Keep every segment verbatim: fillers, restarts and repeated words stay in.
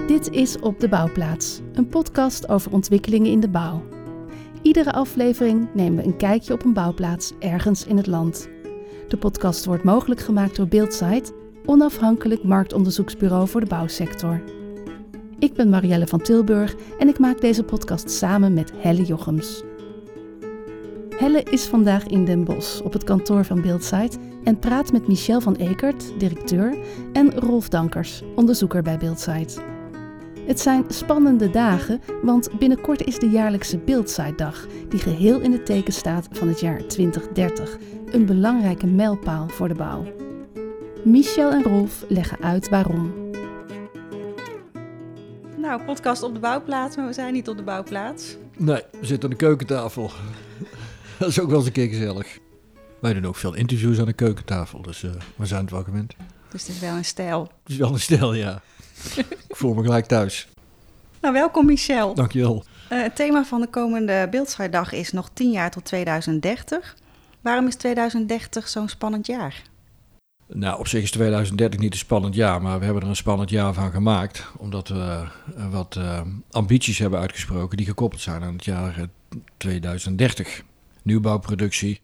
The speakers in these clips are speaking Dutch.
Dit is Op de Bouwplaats, een podcast over ontwikkelingen in de bouw. Iedere aflevering nemen we een kijkje op een bouwplaats ergens in het land. De podcast wordt mogelijk gemaakt door Beeldsite, onafhankelijk marktonderzoeksbureau voor de bouwsector. Ik ben Marielle van Tilburg en ik maak deze podcast samen met Helle Jochems. Helle is vandaag in Den Bosch op het kantoor van Beeldsite en praat met Michel van Ekert, directeur, en Rolf Dankers, onderzoeker bij Beeldsite. Het zijn spannende dagen, want binnenkort is de jaarlijkse Beeldsite-dag, die geheel in het teken staat van het jaar twintig dertig, een belangrijke mijlpaal voor de bouw. Michel en Rolf leggen uit waarom. Nou, podcast op de bouwplaats, maar we zijn niet op de bouwplaats. Nee, we zitten aan de keukentafel. Dat is ook wel eens een keer gezellig. Wij doen ook veel interviews aan de keukentafel, dus uh, we zijn het wel gewend. Dus het is wel een stijl. Het is wel een stijl, ja. Ik voel me gelijk thuis. Nou, welkom Michel. Dankjewel. Uh, het thema van de komende Beeldsite-dag is nog tien jaar tot tweeduizend dertig. Waarom is tweeduizend dertig zo'n spannend jaar? Nou, op zich is tweeduizend dertig niet een spannend jaar, maar we hebben er een spannend jaar van gemaakt. Omdat we uh, wat uh, ambities hebben uitgesproken die gekoppeld zijn aan het jaar uh, tweeduizend dertig. Nieuwbouwproductie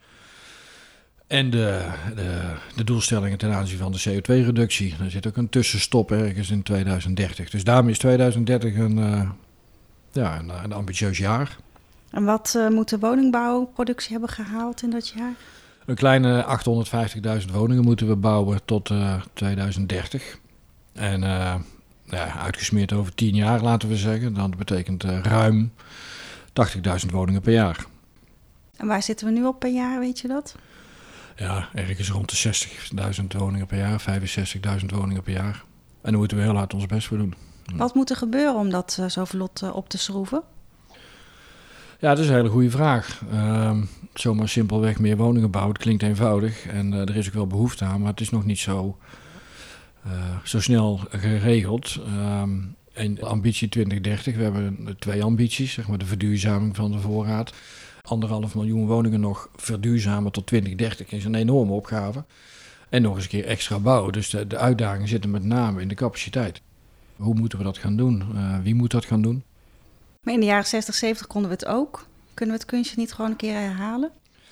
en de, de, de doelstellingen ten aanzien van de C O twee reductie. Er zit ook een tussenstop ergens in tweeduizend dertig. Dus daarom is tweeduizend dertig een, uh, ja, een, een ambitieus jaar. En wat uh, moet de woningbouwproductie hebben gehaald in dat jaar? Een kleine achthonderdvijftigduizend woningen moeten we bouwen tot uh, tweeduizend dertig. En uh, ja, uitgesmeerd over tien jaar, laten we zeggen. Dat betekent uh, ruim tachtigduizend woningen per jaar. En waar zitten we nu op per jaar, weet je dat? Ja, ergens rond de zestigduizend woningen per jaar, vijfenzestigduizend woningen per jaar. En daar moeten we heel hard ons best voor doen. Wat moet er gebeuren om dat uh, zo vlot uh, op te schroeven? Ja, dat is een hele goede vraag. Uh, zomaar simpelweg meer woningen bouwen, het klinkt eenvoudig. En uh, er is ook wel behoefte aan, maar het is nog niet zo, uh, zo snel geregeld. Uh, en ambitie twintig dertig, we hebben twee ambities, zeg maar de verduurzaming van de voorraad. Anderhalf miljoen woningen nog verduurzamen tot twintig dertig is een enorme opgave. En nog eens een keer extra bouwen. Dus de, de uitdagingen zitten met name in de capaciteit. Hoe moeten we dat gaan doen? Uh, wie moet dat gaan doen? Maar in de jaren zestig, zeventig konden we het ook. Kunnen we het kunstje niet gewoon een keer herhalen?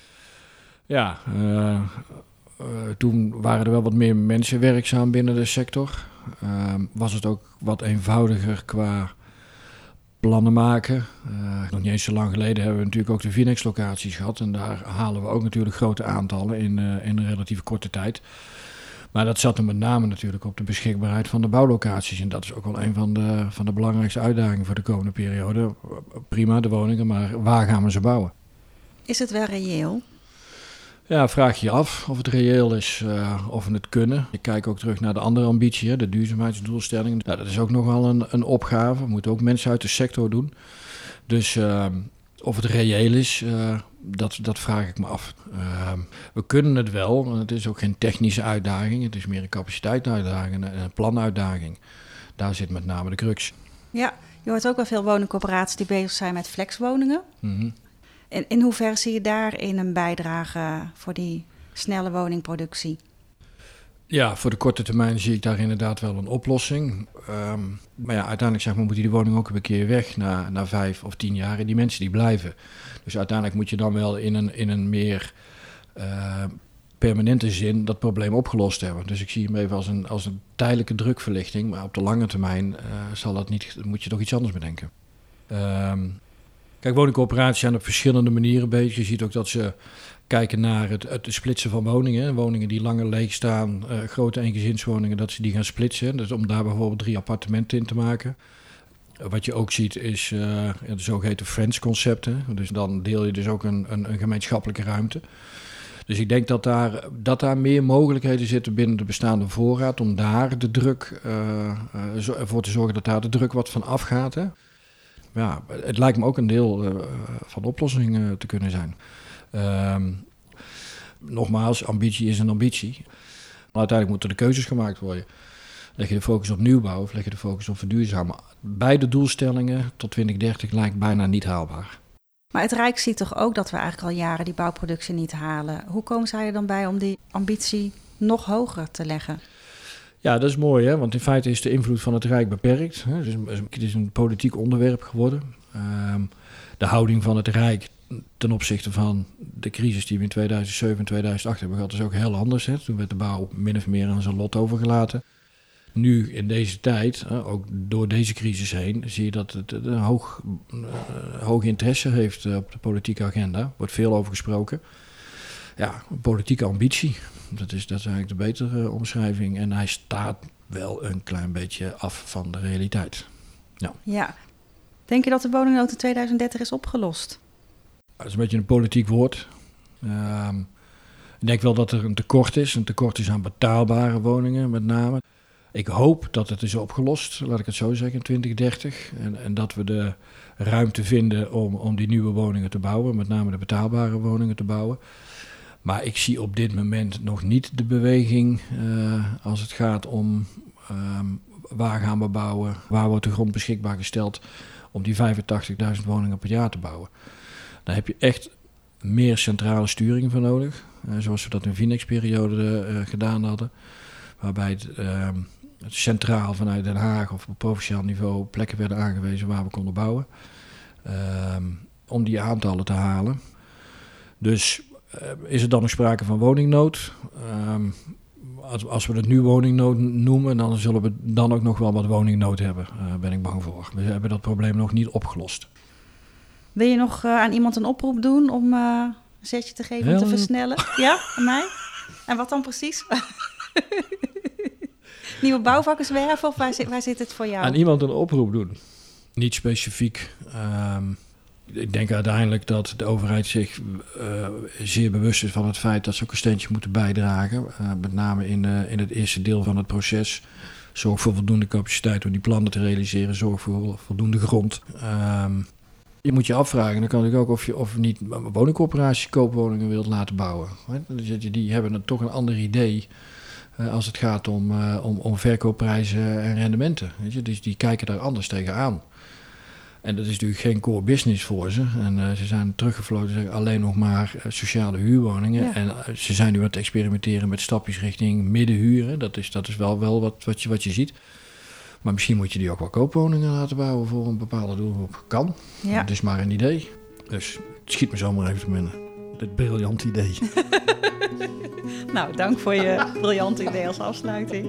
Ja, uh, uh, toen waren er wel wat meer mensen werkzaam binnen de sector. Uh, was het ook wat eenvoudiger qua plannen maken. Uh, nog niet eens zo lang geleden hebben we natuurlijk ook de Vinex-locaties gehad. En daar halen we ook natuurlijk grote aantallen in, uh, in een relatief korte tijd. Maar dat zat er met name natuurlijk op de beschikbaarheid van de bouwlocaties. En dat is ook wel een van de, van de belangrijkste uitdagingen voor de komende periode. Prima, de woningen, maar waar gaan we ze bouwen? Is het wel reëel? Ja, vraag je af of het reëel is, uh, of we het kunnen. Ik kijk ook terug naar de andere ambitie, hè, de duurzaamheidsdoelstellingen. Nou, dat is ook nogal een, een opgave. We moeten ook mensen uit de sector doen. Dus uh, of het reëel is, uh, dat, dat vraag ik me af. Uh, we kunnen het wel. Het is ook geen technische uitdaging. Het is meer een capaciteitsuitdaging en een planuitdaging. Daar zit met name de crux. Ja, je hoort ook wel veel woningcorporaties die bezig zijn met flexwoningen. Mm-hmm. En in hoeverre zie je daarin een bijdrage voor die snelle woningproductie? Ja, voor de korte termijn zie ik daar inderdaad wel een oplossing. Um, maar ja, uiteindelijk zeg maar, moet die woning ook een keer weg na, na vijf of tien jaar. En die mensen die blijven. Dus uiteindelijk moet je dan wel in een, in een meer uh, permanente zin dat probleem opgelost hebben. Dus ik zie hem even als een, als een tijdelijke drukverlichting. Maar op de lange termijn uh, zal dat niet, moet je toch iets anders bedenken. Um, Kijk, woningcorporaties zijn op verschillende manieren bezig. Je ziet ook dat ze kijken naar het, het splitsen van woningen. Woningen die langer leeg staan, uh, grote eengezinswoningen, dat ze die gaan splitsen. Dus om daar bijvoorbeeld drie appartementen in te maken. Uh, wat je ook ziet is uh, de zogeheten Friends-concepten. Dus dan deel je dus ook een, een, een gemeenschappelijke ruimte. Dus ik denk dat daar, dat daar meer mogelijkheden zitten binnen de bestaande voorraad om daar de druk, uh, uh, ervoor te zorgen dat daar de druk wat van afgaat, hè. Ja, het lijkt me ook een deel uh, van de oplossing uh, te kunnen zijn. Uh, nogmaals, ambitie is een ambitie. Maar uiteindelijk moeten er keuzes gemaakt worden. Leg je de focus op nieuwbouw of leg je de focus op verduurzamen? Beide doelstellingen tot twintig dertig lijkt bijna niet haalbaar. Maar het Rijk ziet toch ook dat we eigenlijk al jaren die bouwproductie niet halen. Hoe komen zij er dan bij om die ambitie nog hoger te leggen? Ja, dat is mooi, hè? Want in feite is de invloed van het Rijk beperkt. Hè? Dus het is een politiek onderwerp geworden. Um, de houding van het Rijk ten opzichte van de crisis die we in tweeduizend zeven en tweeduizend acht hebben gehad, is ook heel anders. Hè? Toen werd de bouw min of meer aan zijn lot overgelaten. Nu, in deze tijd, ook door deze crisis heen, zie je dat het een hoog, uh, hoog interesse heeft op de politieke agenda. Er wordt veel over gesproken. Ja, politieke ambitie. Dat is, dat is eigenlijk de betere omschrijving. En hij staat wel een klein beetje af van de realiteit. Ja. Ja. Denk je dat de woningnood in tweeduizend dertig is opgelost? Dat is een beetje een politiek woord. Uh, ik denk wel dat er een tekort is. Een tekort is aan betaalbare woningen met name. Ik hoop dat het is opgelost, laat ik het zo zeggen, in twintig dertig. En, en dat we de ruimte vinden om, om die nieuwe woningen te bouwen. Met name de betaalbare woningen te bouwen. Maar ik zie op dit moment nog niet de beweging uh, als het gaat om um, waar gaan we bouwen, waar wordt de grond beschikbaar gesteld om die vijfentachtigduizend woningen per jaar te bouwen. Daar heb je echt meer centrale sturing voor nodig, uh, zoals we dat in de Vinex-periode uh, gedaan hadden. Waarbij het, uh, het centraal vanuit Den Haag of op provinciaal niveau plekken werden aangewezen waar we konden bouwen. Uh, om die aantallen te halen. Dus uh, is er dan nog sprake van woningnood? Um, als, als we het nu woningnood noemen, dan zullen we dan ook nog wel wat woningnood hebben, uh, ben ik bang voor. We hebben dat probleem nog niet opgelost. Wil je nog uh, aan iemand een oproep doen om uh, een zetje te geven, Heel... om te versnellen? Ja, aan mij? En wat dan precies? Nieuwe bouwvakkers werven of waar zit, waar zit het voor jou? Aan iemand een oproep doen. Niet specifiek. Um, ik denk uiteindelijk dat de overheid zich uh, zeer bewust is van het feit dat ze ook een steentje moeten bijdragen. Uh, met name in, uh, in het eerste deel van het proces. Zorg voor voldoende capaciteit om die plannen te realiseren. Zorg voor voldoende grond. Um, je moet je afvragen, dan kan ik ook of je of niet woningcorporaties koopwoningen wilt laten bouwen. Die hebben toch een ander idee uh, als het gaat om, uh, om, om verkoopprijzen en rendementen. Weet je? Dus die kijken daar anders tegenaan. En dat is natuurlijk geen core business voor ze. En uh, ze zijn teruggefloten zeggen alleen nog maar uh, sociale huurwoningen. Ja. En uh, ze zijn nu aan het experimenteren met stapjes richting middenhuren. Dat is, dat is wel, wel wat, wat, je, wat je ziet. Maar misschien moet je die ook wel koopwoningen laten bouwen voor een bepaalde doelgroep. Kan. Ja. Het is maar een idee. Dus het schiet me zomaar even te binnen. Dit briljant idee. Nou, dank voor je briljante idee als afsluiting.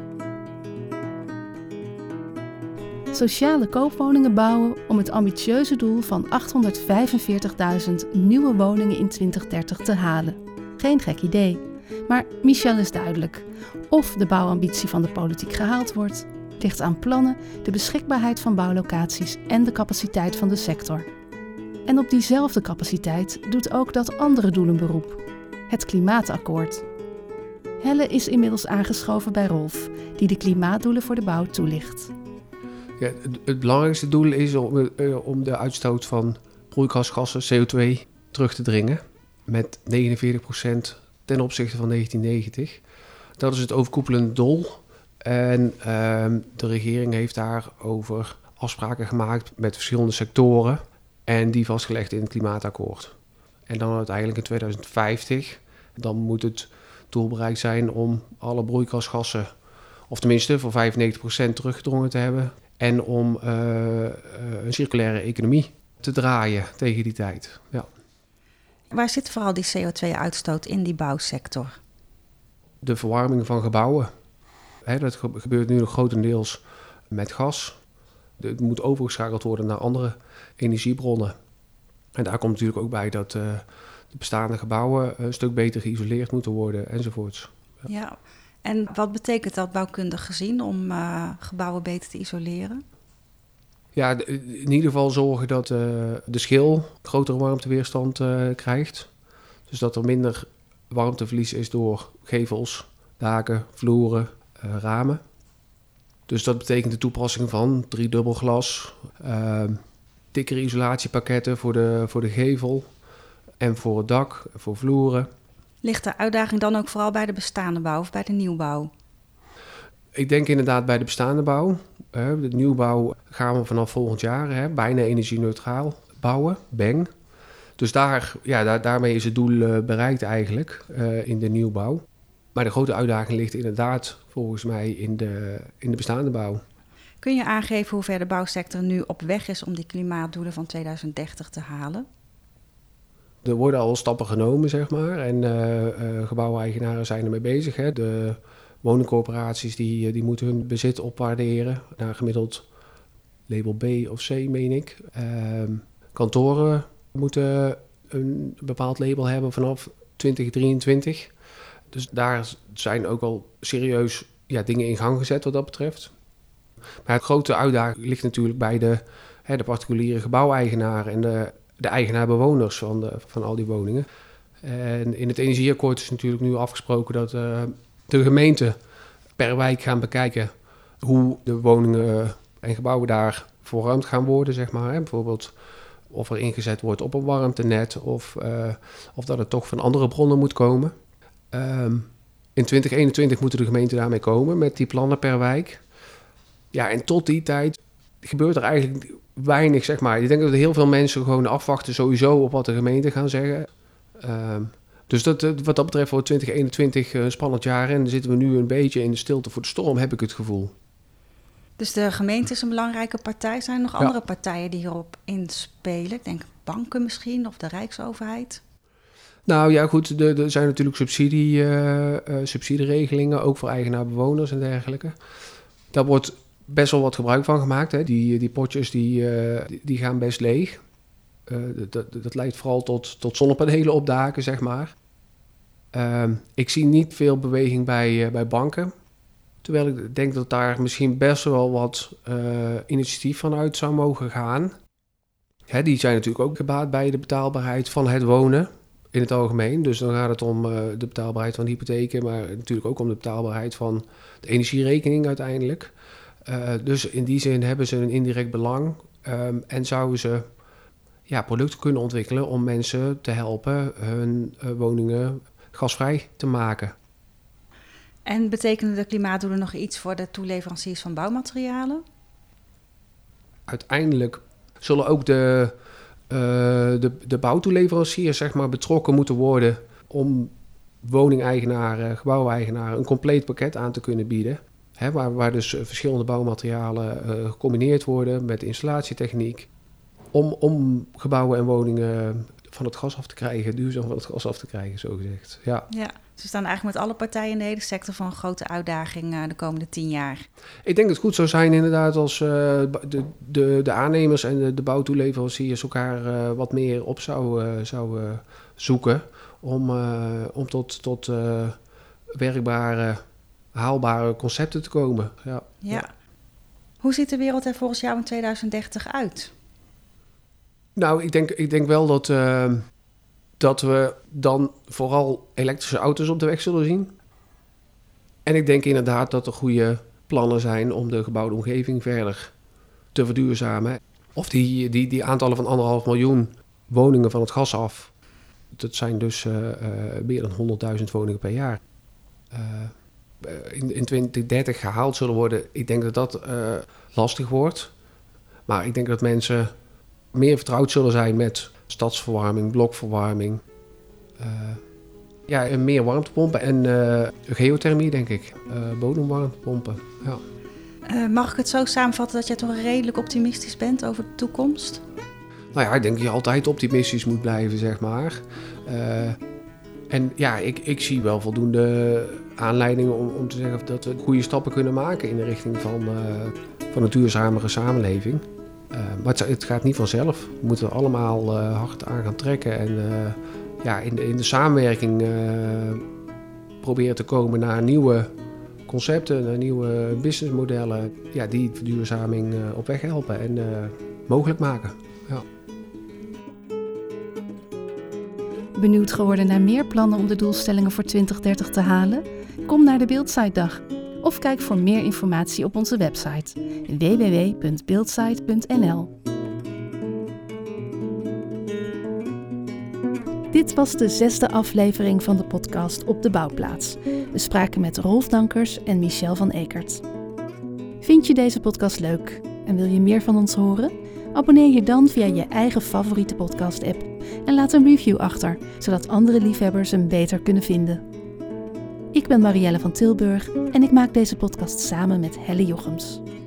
Sociale koopwoningen bouwen om het ambitieuze doel van achthonderdvijfenveertigduizend nieuwe woningen in twintig dertig te halen. Geen gek idee. Maar Michel is duidelijk. Of de bouwambitie van de politiek gehaald wordt, ligt aan plannen, de beschikbaarheid van bouwlocaties en de capaciteit van de sector. En op diezelfde capaciteit doet ook dat andere doel een beroep. Het Klimaatakkoord. Helle is inmiddels aangeschoven bij Rolf, die de klimaatdoelen voor de bouw toelicht. Ja, het, het belangrijkste doel is om, uh, om de uitstoot van broeikasgassen, C O twee, terug te dringen. Met negenenveertig procent ten opzichte van negentien negentig. Dat is het overkoepelende doel. En uh, de regering heeft daarover afspraken gemaakt met verschillende sectoren. En die vastgelegd in het klimaatakkoord. En dan uiteindelijk in tweeduizend vijftig, dan moet het doel bereikt zijn om alle broeikasgassen, of tenminste voor vijfennegentig procent teruggedrongen te hebben. En om uh, uh, een circulaire economie te draaien tegen die tijd. Ja. Waar zit vooral die C O twee uitstoot in die bouwsector? De verwarming van gebouwen. Hè, dat gebeurt nu nog grotendeels met gas. Het moet overgeschakeld worden naar andere energiebronnen. En daar komt natuurlijk ook bij dat uh, de bestaande gebouwen een stuk beter geïsoleerd moeten worden enzovoorts. Ja. Ja. En wat betekent dat bouwkundig gezien om uh, gebouwen beter te isoleren? Ja, in ieder geval zorgen dat uh, de schil grotere warmteweerstand uh, krijgt. Dus dat er minder warmteverlies is door gevels, daken, vloeren, uh, ramen. Dus dat betekent de toepassing van driedubbel glas, uh, dikkere isolatiepakketten voor de, voor de gevel en voor het dak, voor vloeren. Ligt de uitdaging dan ook vooral bij de bestaande bouw of bij de nieuwbouw? Ik denk inderdaad bij de bestaande bouw. De nieuwbouw gaan we vanaf volgend jaar hè, bijna energie-neutraal bouwen, bang. Dus daar, ja, daar, daarmee is het doel uh, bereikt eigenlijk uh, in de nieuwbouw. Maar de grote uitdaging ligt inderdaad volgens mij in de, in de bestaande bouw. Kun je aangeven hoe ver de bouwsector nu op weg is om die klimaatdoelen van tweeduizend dertig te halen? Er worden al stappen genomen, zeg maar. En uh, uh, gebouweigenaren zijn ermee bezig. Hè. De woningcorporaties die, die moeten hun bezit opwaarderen naar gemiddeld label B of C, meen ik. Uh, kantoren moeten een bepaald label hebben vanaf twintig drieëntwintig. Dus daar zijn ook al serieus ja, dingen in gang gezet wat dat betreft. Maar het grote uitdaging ligt natuurlijk bij de, hè, de particuliere gebouweigenaren en de, de eigenaar-bewoners van, de, van al die woningen. En in het energieakkoord is natuurlijk nu afgesproken dat uh, de gemeenten per wijk gaan bekijken hoe de woningen en gebouwen daar verwarmd gaan worden, zeg maar. Hè. Bijvoorbeeld of er ingezet wordt op een warmtenet of, uh, of dat het toch van andere bronnen moet komen. Um, in twintig eenentwintig moeten de gemeenten daarmee komen met die plannen per wijk. Ja, en tot die tijd gebeurt er eigenlijk weinig, zeg maar. Ik denk dat er heel veel mensen gewoon afwachten sowieso op wat de gemeenten gaan zeggen. Um, dus dat, wat dat betreft wordt twintig eenentwintig een spannend jaar en dan zitten we nu een beetje in de stilte voor de storm, heb ik het gevoel. Dus de gemeente is een belangrijke partij. Zijn er nog Ja. andere partijen die hierop inspelen? Ik denk banken misschien of de Rijksoverheid. Nou ja, goed, er, er zijn natuurlijk subsidie, uh, uh, subsidieregelingen, ook voor eigenaar-bewoners en dergelijke. Daar wordt best wel wat gebruik van gemaakt. Hè. Die, die potjes die, uh, die, die gaan best leeg. Uh, dat, dat leidt vooral tot, tot zonnepanelen op daken, zeg maar. Uh, ik zie niet veel beweging bij, uh, bij banken. Terwijl ik denk dat daar misschien best wel wat uh, initiatief van uit zou mogen gaan. Hè, die zijn natuurlijk ook gebaat bij de betaalbaarheid van het wonen in het algemeen. Dus dan gaat het om uh, de betaalbaarheid van de hypotheken, maar natuurlijk ook om de betaalbaarheid van de energierekening uiteindelijk. Uh, dus in die zin hebben ze een indirect belang um, en zouden ze ja, producten kunnen ontwikkelen om mensen te helpen hun uh, woningen gasvrij te maken. En betekenen de klimaatdoelen nog iets voor de toeleveranciers van bouwmaterialen? Uiteindelijk zullen ook de, uh, de, de bouwtoeleveranciers zeg maar, betrokken moeten worden om woningeigenaren, gebouweigenaren een compleet pakket aan te kunnen bieden. Hè, waar, waar dus verschillende bouwmaterialen uh, gecombineerd worden met installatietechniek. Om, om gebouwen en woningen van het gas af te krijgen, duurzaam van het gas af te krijgen, zo gezegd. Ja. Ja, ze staan eigenlijk met alle partijen in de hele sector voor een grote uitdaging uh, de komende tien jaar. Ik denk dat het goed zou zijn inderdaad als uh, de, de, de aannemers en de, de bouwtoeleveranciers elkaar uh, wat meer op zouden uh, zou, uh, zoeken om, uh, om tot, tot uh, werkbare, haalbare concepten te komen. Ja. Ja. Ja. Hoe ziet de wereld er volgens jou in tweeduizend dertig uit? Nou, ik denk, ik denk wel dat, uh, dat we dan vooral elektrische auto's op de weg zullen zien. En ik denk inderdaad dat er goede plannen zijn om de gebouwde omgeving verder te verduurzamen. Of die, die, die aantallen van anderhalf miljoen woningen van het gas af. Dat zijn dus uh, uh, meer dan honderdduizend woningen per jaar. Uh, in, in twintig dertig gehaald zullen worden. Ik denk dat dat uh, lastig wordt. Maar ik denk dat mensen meer vertrouwd zullen zijn met stadsverwarming, blokverwarming. Uh, ja, en meer warmtepompen en uh, geothermie, denk ik. Uh, bodemwarmtepompen, ja. Uh, mag ik het zo samenvatten dat jij toch redelijk optimistisch bent over de toekomst? Nou ja, ik denk dat je altijd optimistisch moet blijven, zeg maar. Uh, en ja, ik, ik zie wel voldoende aanleidingen om, om te zeggen dat we goede stappen kunnen maken in de richting van, uh, van een duurzamere samenleving. Uh, maar het, het gaat niet vanzelf. We moeten er allemaal uh, hard aan gaan trekken en uh, ja, in, de, in de samenwerking uh, proberen te komen naar nieuwe concepten, naar nieuwe businessmodellen, ja, die verduurzaming uh, op weg helpen en uh, mogelijk maken. Ja. Benieuwd geworden naar meer plannen om de doelstellingen voor twintig dertig te halen? Kom naar de Beeldsite-dag of kijk voor meer informatie op onze website w w w punt beeldsite punt n l. Dit was de zesde aflevering van de podcast Op de Bouwplaats. We spraken met Rolf Dankers en Michel van Ekert. Vind je deze podcast leuk en wil je meer van ons horen? Abonneer je dan via je eigen favoriete podcast-app en laat een review achter, zodat andere liefhebbers hem beter kunnen vinden. Ik ben Marielle van Tilburg en ik maak deze podcast samen met Helle Jochems.